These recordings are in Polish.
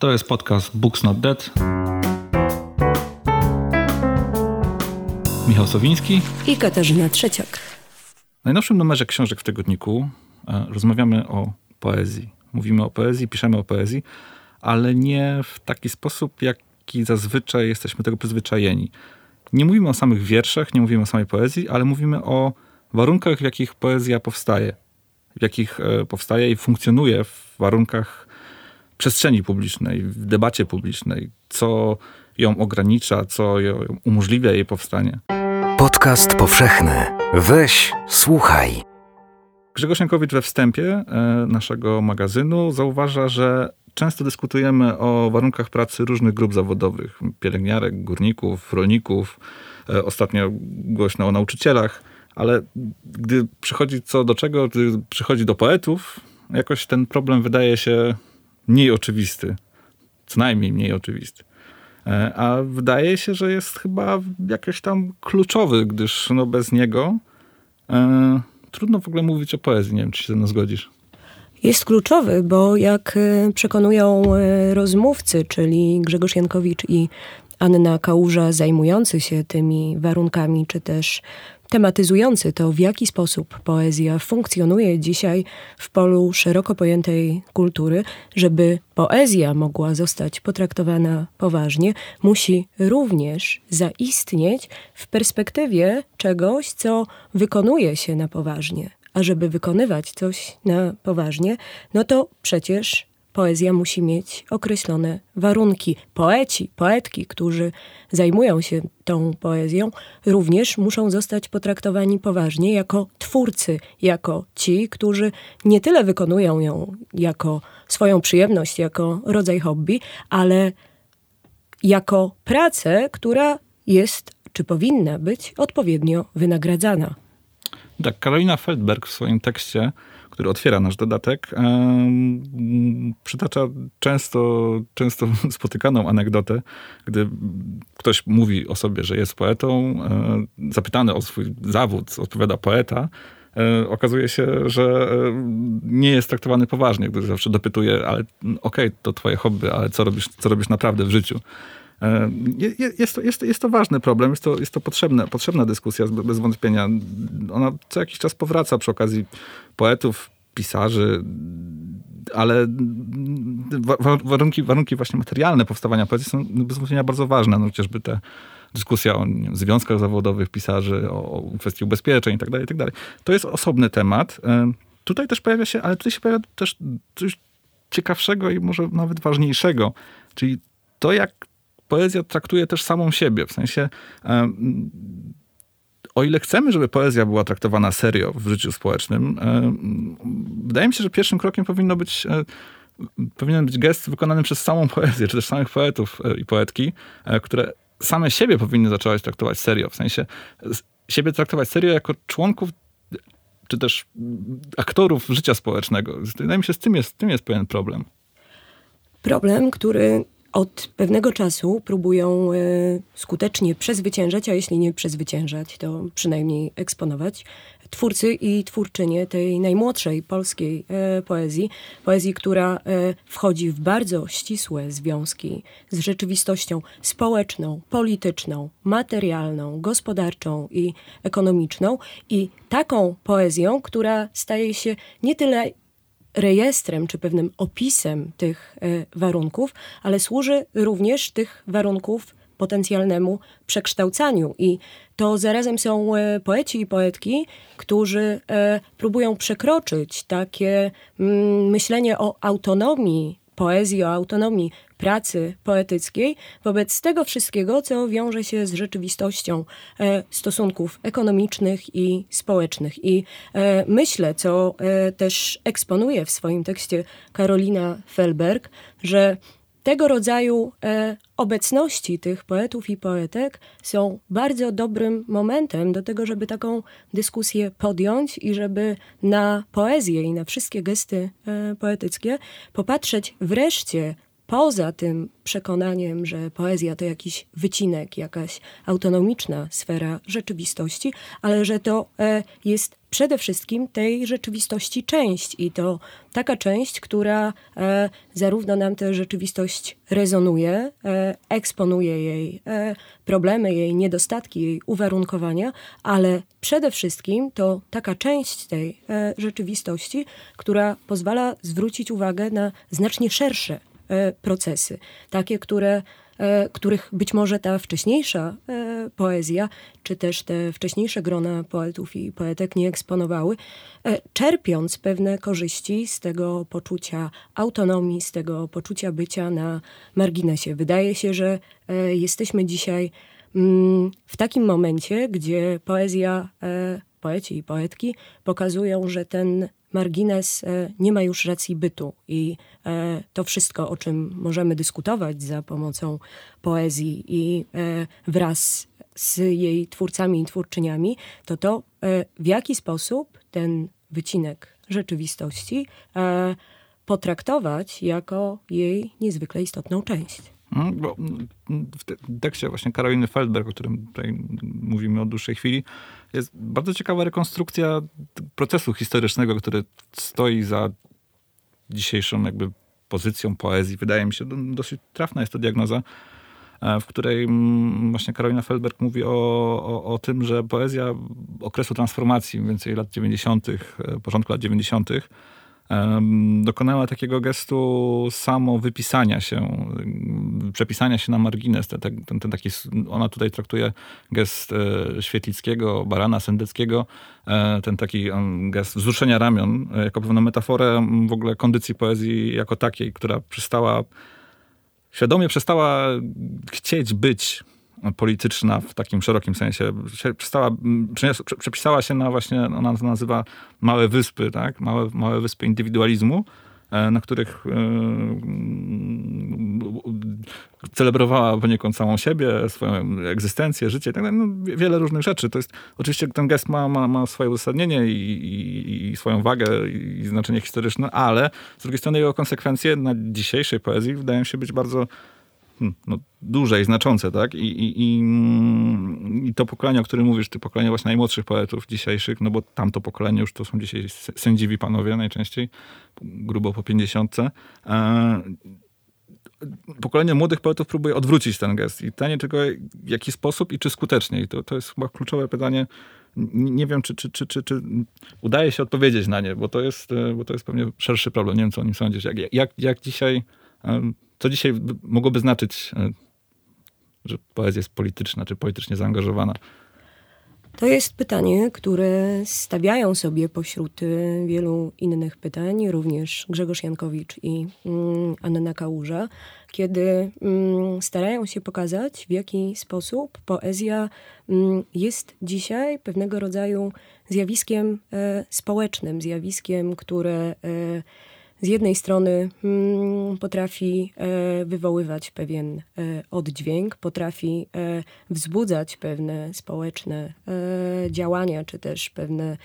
To jest podcast Books Not Dead. Michał Sowiński i Katarzyna Trzeciak. W najnowszym numerze książek w tygodniku rozmawiamy o poezji. Mówimy o poezji, piszemy o poezji, ale nie w taki sposób, jaki zazwyczaj jesteśmy tego przyzwyczajeni. Nie mówimy o samych wierszach, nie mówimy o samej poezji, ale mówimy o warunkach, w jakich poezja powstaje. W jakich powstaje i funkcjonuje w warunkach przestrzeni publicznej, w debacie publicznej. Co ją ogranicza, co ją umożliwia jej powstanie. Podcast powszechny. Weź, słuchaj. Grzegorz Jankowicz we wstępie naszego magazynu zauważa, że często dyskutujemy o warunkach pracy różnych grup zawodowych. Pielęgniarek, górników, rolników. Ostatnio głośno o nauczycielach. Ale gdy przychodzi co do czego, gdy przychodzi do poetów, jakoś ten problem wydaje się mniej oczywisty. Co najmniej mniej oczywisty. A wydaje się, że jest chyba jakiś tam kluczowy, gdyż bez niego trudno w ogóle mówić o poezji. Nie wiem, czy się ze mną zgodzisz. Jest kluczowy, bo jak przekonują rozmówcy, czyli Grzegorz Jankowicz i Anna Kałuża, zajmujący się tymi warunkami, czy też tematyzujący to, w jaki sposób poezja funkcjonuje dzisiaj w polu szeroko pojętej kultury, żeby poezja mogła zostać potraktowana poważnie, musi również zaistnieć w perspektywie czegoś, co wykonuje się na poważnie. A żeby wykonywać coś na poważnie, no to przecież poezja musi mieć określone warunki. Poeci, poetki, którzy zajmują się tą poezją, również muszą zostać potraktowani poważnie jako twórcy, jako ci, którzy nie tyle wykonują ją jako swoją przyjemność, jako rodzaj hobby, ale jako pracę, która jest, czy powinna być odpowiednio wynagradzana. Tak, Karolina Feldberg w swoim tekście, który otwiera nasz dodatek, przytacza często spotykaną anegdotę, gdy ktoś mówi o sobie, że jest poetą, zapytany o swój zawód, odpowiada poeta, okazuje się, że nie jest traktowany poważnie, gdy zawsze dopytuje, ale okej, to twoje hobby, ale co robisz naprawdę w życiu? Jest to ważny problem, jest to potrzebna dyskusja, bez wątpienia. Ona co jakiś czas powraca przy okazji poetów, pisarzy, ale warunki właśnie materialne powstawania poezji są bez wątpienia bardzo ważne. Chociażby ta dyskusja o związkach zawodowych pisarzy, o kwestii ubezpieczeń itd., itd. To jest osobny temat. Tutaj też pojawia się też coś ciekawszego i może nawet ważniejszego, czyli to, jak poezja traktuje też samą siebie. W sensie, o ile chcemy, żeby poezja była traktowana serio w życiu społecznym, wydaje mi się, że pierwszym krokiem powinien być gest wykonany przez samą poezję, czy też samych poetów i poetki, które same siebie powinny zacząć traktować serio. W sensie siebie traktować serio jako członków, czy też aktorów życia społecznego. Wydaje mi się, z tym jest pewien problem. Problem, który od pewnego czasu próbują skutecznie przezwyciężać, a jeśli nie przezwyciężać, to przynajmniej eksponować twórcy i twórczynie tej najmłodszej polskiej poezji, która wchodzi w bardzo ścisłe związki z rzeczywistością społeczną, polityczną, materialną, gospodarczą i ekonomiczną i taką poezją, która staje się nie tyle rejestrem czy pewnym opisem tych warunków, ale służy również tych warunków potencjalnemu przekształcaniu. I to zarazem są poeci i poetki, którzy próbują przekroczyć takie myślenie o autonomii poezji, o autonomii pracy poetyckiej wobec tego wszystkiego, co wiąże się z rzeczywistością stosunków ekonomicznych i społecznych. I myślę, co też eksponuje w swoim tekście Karolina Feldberg, że tego rodzaju obecności tych poetów i poetek są bardzo dobrym momentem do tego, żeby taką dyskusję podjąć i żeby na poezję i na wszystkie gesty poetyckie popatrzeć wreszcie poza tym przekonaniem, że poezja to jakiś wycinek, jakaś autonomiczna sfera rzeczywistości, ale że to jest przede wszystkim tej rzeczywistości część i to taka część, która zarówno nam tę rzeczywistość rezonuje, eksponuje jej problemy, jej niedostatki, jej uwarunkowania, ale przede wszystkim to taka część tej rzeczywistości, która pozwala zwrócić uwagę na znacznie szersze procesy, takie, których być może ta wcześniejsza poezja, czy też te wcześniejsze grona poetów i poetek nie eksponowały, czerpiąc pewne korzyści z tego poczucia autonomii, z tego poczucia bycia na marginesie. Wydaje się, że jesteśmy dzisiaj w takim momencie, gdzie poezja, poeci i poetki pokazują, że ten margines nie ma już racji bytu i to wszystko, o czym możemy dyskutować za pomocą poezji i wraz z jej twórcami i twórczyniami, to w jaki sposób ten wycinek rzeczywistości potraktować jako jej niezwykle istotną część. Bo w tekście właśnie Karoliny Feldberg, o którym tutaj mówimy od dłuższej chwili, jest bardzo ciekawa rekonstrukcja procesu historycznego, który stoi za dzisiejszą jakby pozycją poezji. Wydaje mi się, dosyć trafna jest to diagnoza, w której właśnie Karolina Feldberg mówi o tym, że poezja okresu transformacji, mniej więcej lat 90., początku lat 90., dokonała takiego gestu samowypisania się, przepisania się na margines. Ten taki, ona tutaj traktuje gest Świetlickiego, Barana, Sendeckiego, ten taki gest wzruszenia ramion, jako pewną metaforę w ogóle kondycji poezji jako takiej, która świadomie przestała chcieć być polityczna w takim szerokim sensie. Przepisała się na właśnie, ona to nazywa małe wyspy, tak? Małe wyspy indywidualizmu, na których celebrowała poniekąd samą siebie, swoją egzystencję, życie, tak dalej. Wiele różnych rzeczy. To jest, oczywiście ten gest ma swoje uzasadnienie i swoją wagę i znaczenie historyczne, ale z drugiej strony jego konsekwencje na dzisiejszej poezji wydają się być bardzo duże i znaczące, tak? I to pokolenie, o którym mówisz, to pokolenie właśnie najmłodszych poetów dzisiejszych, no bo tamto pokolenie już to są dzisiaj sędziwi panowie najczęściej, grubo po 50. Pokolenie młodych poetów próbuje odwrócić ten gest. I pytanie tylko w jaki sposób i czy skutecznie. I to jest chyba kluczowe pytanie. Nie wiem, czy udaje się odpowiedzieć na nie, bo to jest pewnie szerszy problem. Nie wiem, co o nim sądzisz. Jak dzisiaj... Co dzisiaj mogłoby znaczyć, że poezja jest polityczna, czy politycznie zaangażowana? To jest pytanie, które stawiają sobie pośród wielu innych pytań również Grzegorz Jankowicz i Anna Kałuża, kiedy starają się pokazać, w jaki sposób poezja jest dzisiaj pewnego rodzaju zjawiskiem społecznym, zjawiskiem, które z jednej strony potrafi wywoływać pewien oddźwięk, potrafi wzbudzać pewne społeczne działania, czy też pewne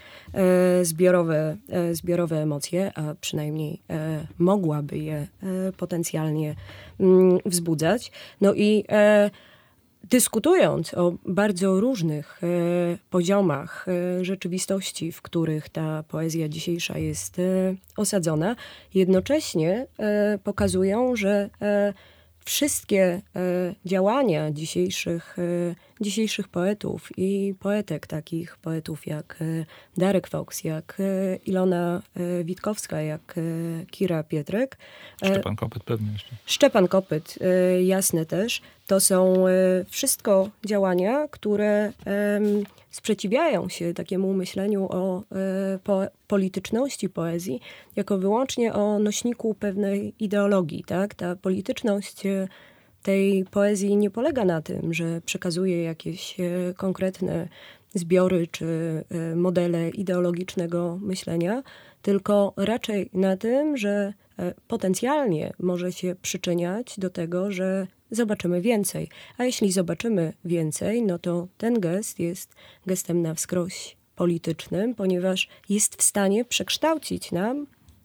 zbiorowe emocje, a przynajmniej mogłaby je potencjalnie wzbudzać. No i dyskutując o bardzo różnych poziomach rzeczywistości, w których ta poezja dzisiejsza jest osadzona, jednocześnie pokazują, że wszystkie działania dzisiejszych poetów i poetek, takich poetów jak Darek Fox, jak Ilona Witkowska, jak Kira Pietrek. Szczepan Kopyt pewnie jeszcze. Szczepan Kopyt, jasne też. To są wszystko działania, które sprzeciwiają się takiemu myśleniu o polityczności poezji jako wyłącznie o nośniku pewnej ideologii. Tak? Ta polityczność tej poezji nie polega na tym, że przekazuje jakieś konkretne zbiory czy modele ideologicznego myślenia, tylko raczej na tym, że potencjalnie może się przyczyniać do tego, że zobaczymy więcej. A jeśli zobaczymy więcej, no to ten gest jest gestem na wskroś politycznym, ponieważ jest w stanie przekształcić nam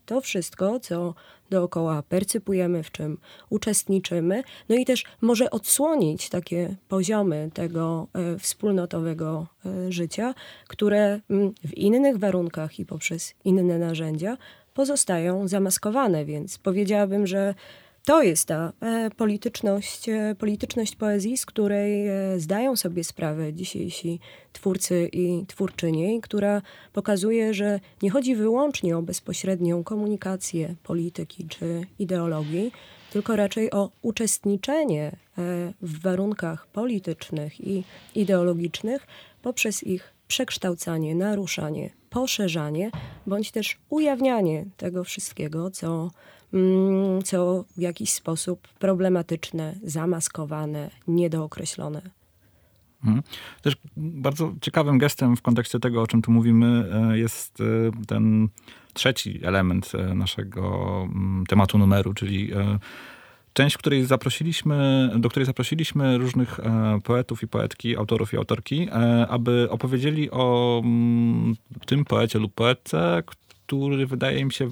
to wszystko, co dookoła percypujemy, w czym uczestniczymy, no i też może odsłonić takie poziomy tego wspólnotowego życia, które w innych warunkach i poprzez inne narzędzia pozostają zamaskowane, więc powiedziałabym, że to jest ta polityczność poezji, z której zdają sobie sprawę dzisiejsi twórcy i twórczynie, która pokazuje, że nie chodzi wyłącznie o bezpośrednią komunikację polityki czy ideologii, tylko raczej o uczestniczenie w warunkach politycznych i ideologicznych poprzez ich przekształcanie, naruszanie, poszerzanie, bądź też ujawnianie tego wszystkiego, co w jakiś sposób problematyczne, zamaskowane, niedookreślone. Też bardzo ciekawym gestem w kontekście tego, o czym tu mówimy, jest ten trzeci element naszego tematu numeru, czyli część, do której zaprosiliśmy różnych poetów i poetki, autorów i autorki, aby opowiedzieli o tym poecie lub poetce, który wydaje mi się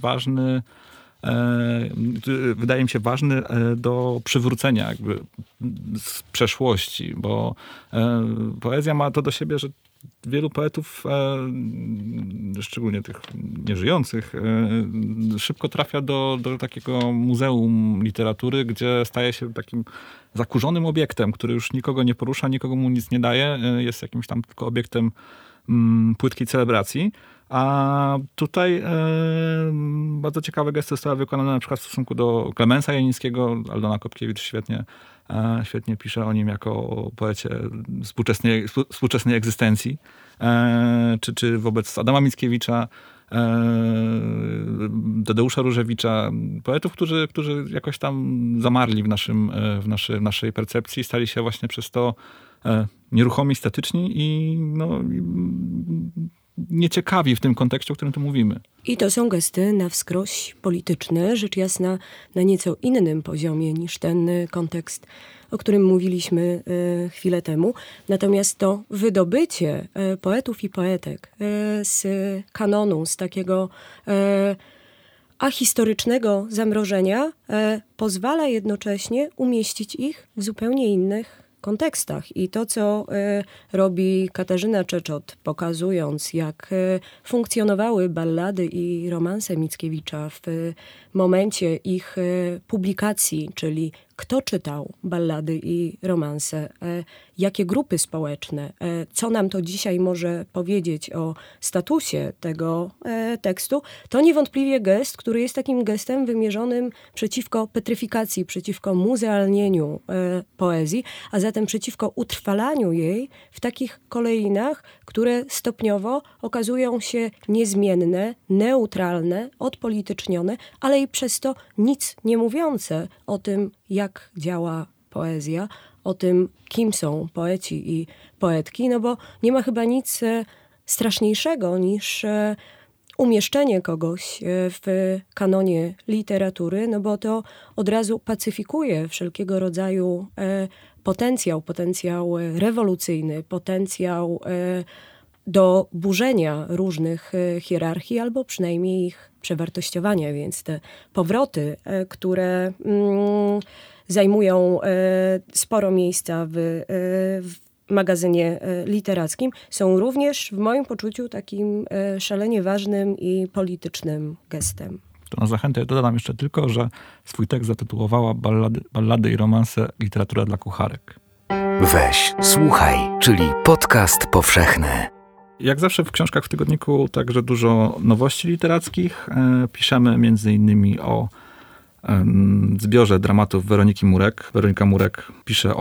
ważny do przywrócenia jakby z przeszłości, bo poezja ma to do siebie, że wielu poetów, szczególnie tych nieżyjących, szybko trafia do takiego muzeum literatury, gdzie staje się takim zakurzonym obiektem, który już nikogo nie porusza, nikogo mu nic nie daje, jest jakimś tam tylko obiektem płytkiej celebracji. A tutaj bardzo ciekawe gesty zostały wykonane na przykład w stosunku do Klemensa Janińskiego. Aldona Kopkiewicz świetnie pisze o nim jako o poecie współczesnej egzystencji. Czy wobec Adama Mickiewicza, Tadeusza Różewicza, poetów, którzy jakoś tam zamarli w naszej percepcji, stali się właśnie przez to nieruchomi, statyczni i nieciekawi w tym kontekście, o którym tu mówimy. I to są gesty na wskroś polityczne, rzecz jasna na nieco innym poziomie niż ten kontekst, o którym mówiliśmy chwilę temu. Natomiast to wydobycie poetów i poetek z kanonu, z takiego ahistorycznego zamrożenia pozwala jednocześnie umieścić ich w zupełnie innych kontekstach. I to, co robi Katarzyna Czeczot, pokazując, jak funkcjonowały ballady i romanse Mickiewicza w momencie ich publikacji, czyli kto czytał ballady i romanse, jakie grupy społeczne, co nam to dzisiaj może powiedzieć o statusie tego tekstu, to niewątpliwie gest, który jest takim gestem wymierzonym przeciwko petryfikacji, przeciwko muzealnieniu poezji, a zatem przeciwko utrwalaniu jej w takich kolejnach, które stopniowo okazują się niezmienne, neutralne, odpolitycznione, ale i przez to nic nie mówiące o tym, jak działa poezja, o tym, kim są poeci i poetki, no bo nie ma chyba nic straszniejszego niż umieszczenie kogoś w kanonie literatury, no bo to od razu pacyfikuje wszelkiego rodzaju potencjał rewolucyjny, potencjał do burzenia różnych hierarchii albo przynajmniej ich przewartościowania, więc te powroty, które zajmują sporo miejsca w magazynie literackim, są również w moim poczuciu takim szalenie ważnym i politycznym gestem. To na zachętę dodam jeszcze tylko, że swój tekst zatytułowała Ballady i romanse literatura dla kucharek. Weź, słuchaj, czyli podcast powszechny. Jak zawsze w książkach w tygodniku także dużo nowości literackich. Piszemy między innymi o zbiorze dramatów Weroniki Murek. Weronika Murek pisze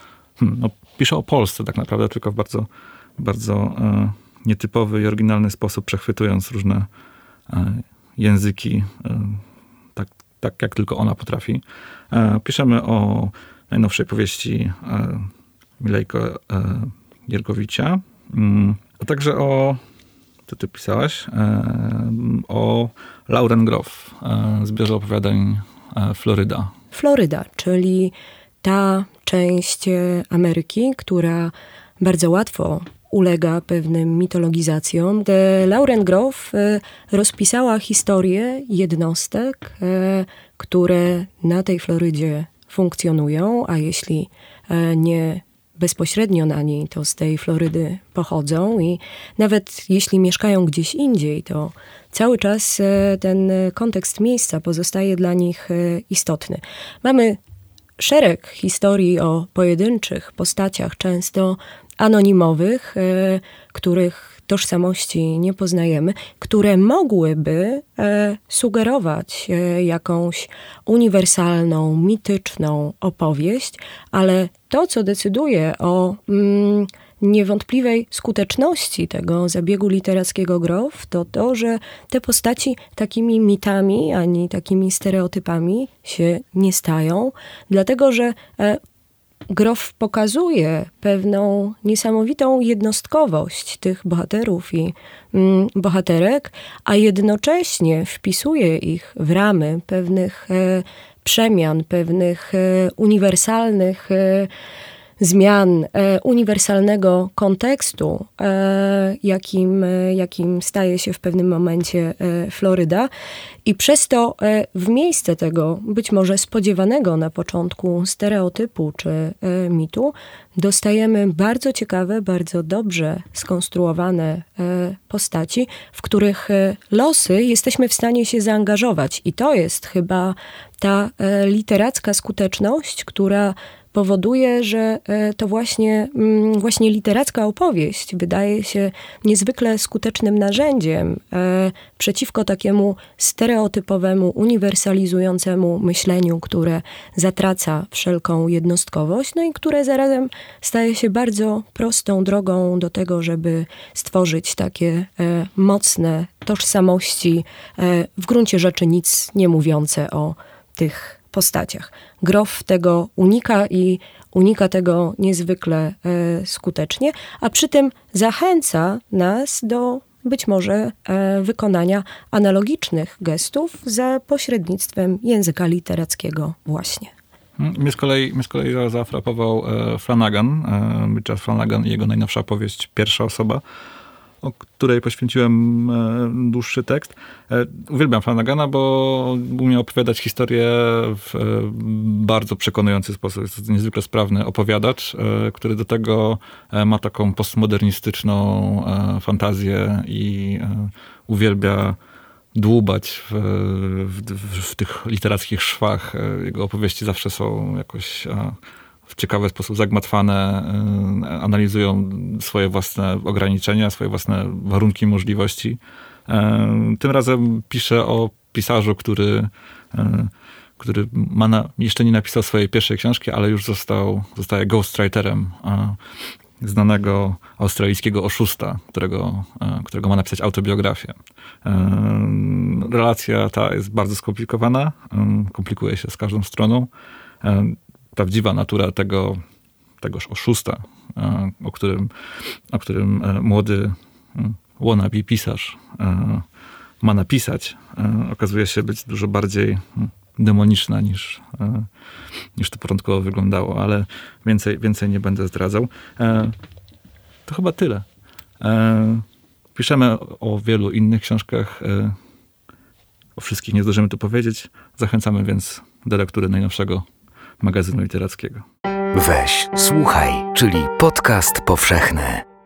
o Polsce tak naprawdę, tylko w bardzo, bardzo nietypowy i oryginalny sposób, przechwytując różne języki, tak jak tylko ona potrafi. Piszemy o najnowszej powieści Milejko Jergowicia, a także co ty pisałaś, o Lauren Groff, zbiorze opowiadań Floryda. Floryda, czyli ta część Ameryki, która bardzo łatwo ulega pewnym mitologizacjom. Lauren Groff rozpisała historię jednostek, które na tej Florydzie funkcjonują, a jeśli nie bezpośrednio na niej, to z tej Florydy pochodzą i nawet jeśli mieszkają gdzieś indziej, to cały czas ten kontekst miejsca pozostaje dla nich istotny. Mamy szereg historii o pojedynczych postaciach, często anonimowych, których tożsamości nie poznajemy, które mogłyby sugerować jakąś uniwersalną, mityczną opowieść, ale to, co decyduje o niewątpliwej skuteczności tego zabiegu literackiego Groff, to to, że te postaci takimi mitami ani takimi stereotypami się nie stają, dlatego że Groff pokazuje pewną niesamowitą jednostkowość tych bohaterów i bohaterek, a jednocześnie wpisuje ich w ramy pewnych przemian, pewnych uniwersalnych zmian, uniwersalnego kontekstu, jakim staje się w pewnym momencie Floryda. I przez to w miejsce tego być może spodziewanego na początku stereotypu czy mitu dostajemy bardzo ciekawe, bardzo dobrze skonstruowane postaci, w których losy jesteśmy w stanie się zaangażować. I to jest chyba ta literacka skuteczność, która powoduje, że to właśnie literacka opowieść wydaje się niezwykle skutecznym narzędziem przeciwko takiemu stereotypowemu, uniwersalizującemu myśleniu, które zatraca wszelką jednostkowość, no i które zarazem staje się bardzo prostą drogą do tego, żeby stworzyć takie mocne tożsamości, w gruncie rzeczy nic nie mówiące o tych postaciach. Groff tego unika i unika tego niezwykle skutecznie, a przy tym zachęca nas do być może wykonania analogicznych gestów za pośrednictwem języka literackiego właśnie. Mnie z kolei zafrapował Flanagan, Richard Flanagan i jego najnowsza powieść Pierwsza osoba, o której poświęciłem dłuższy tekst. Uwielbiam Flanagana, bo umiał opowiadać historię w bardzo przekonujący sposób. Jest to niezwykle sprawny opowiadacz, który do tego ma taką postmodernistyczną fantazję i uwielbia dłubać w tych literackich szwach. Jego opowieści zawsze są jakoś w ciekawy sposób zagmatwane, analizują swoje własne ograniczenia, swoje własne warunki, możliwości. Tym razem pisze o pisarzu, który jeszcze nie napisał swojej pierwszej książki, ale już zostaje ghostwriterem znanego australijskiego oszusta, którego ma napisać autobiografię. Relacja ta jest bardzo skomplikowana, komplikuje się z każdą stroną. Prawdziwa natura tegoż oszusta, o którym młody wannabe pisarz ma napisać, okazuje się być dużo bardziej demoniczna niż to początkowo wyglądało, ale więcej nie będę zdradzał. To chyba tyle. Piszemy o wielu innych książkach. O wszystkich nie zdążymy tu powiedzieć. Zachęcamy więc do lektury najnowszego magazynu literackiego. Weź, słuchaj, czyli podcast powszechny.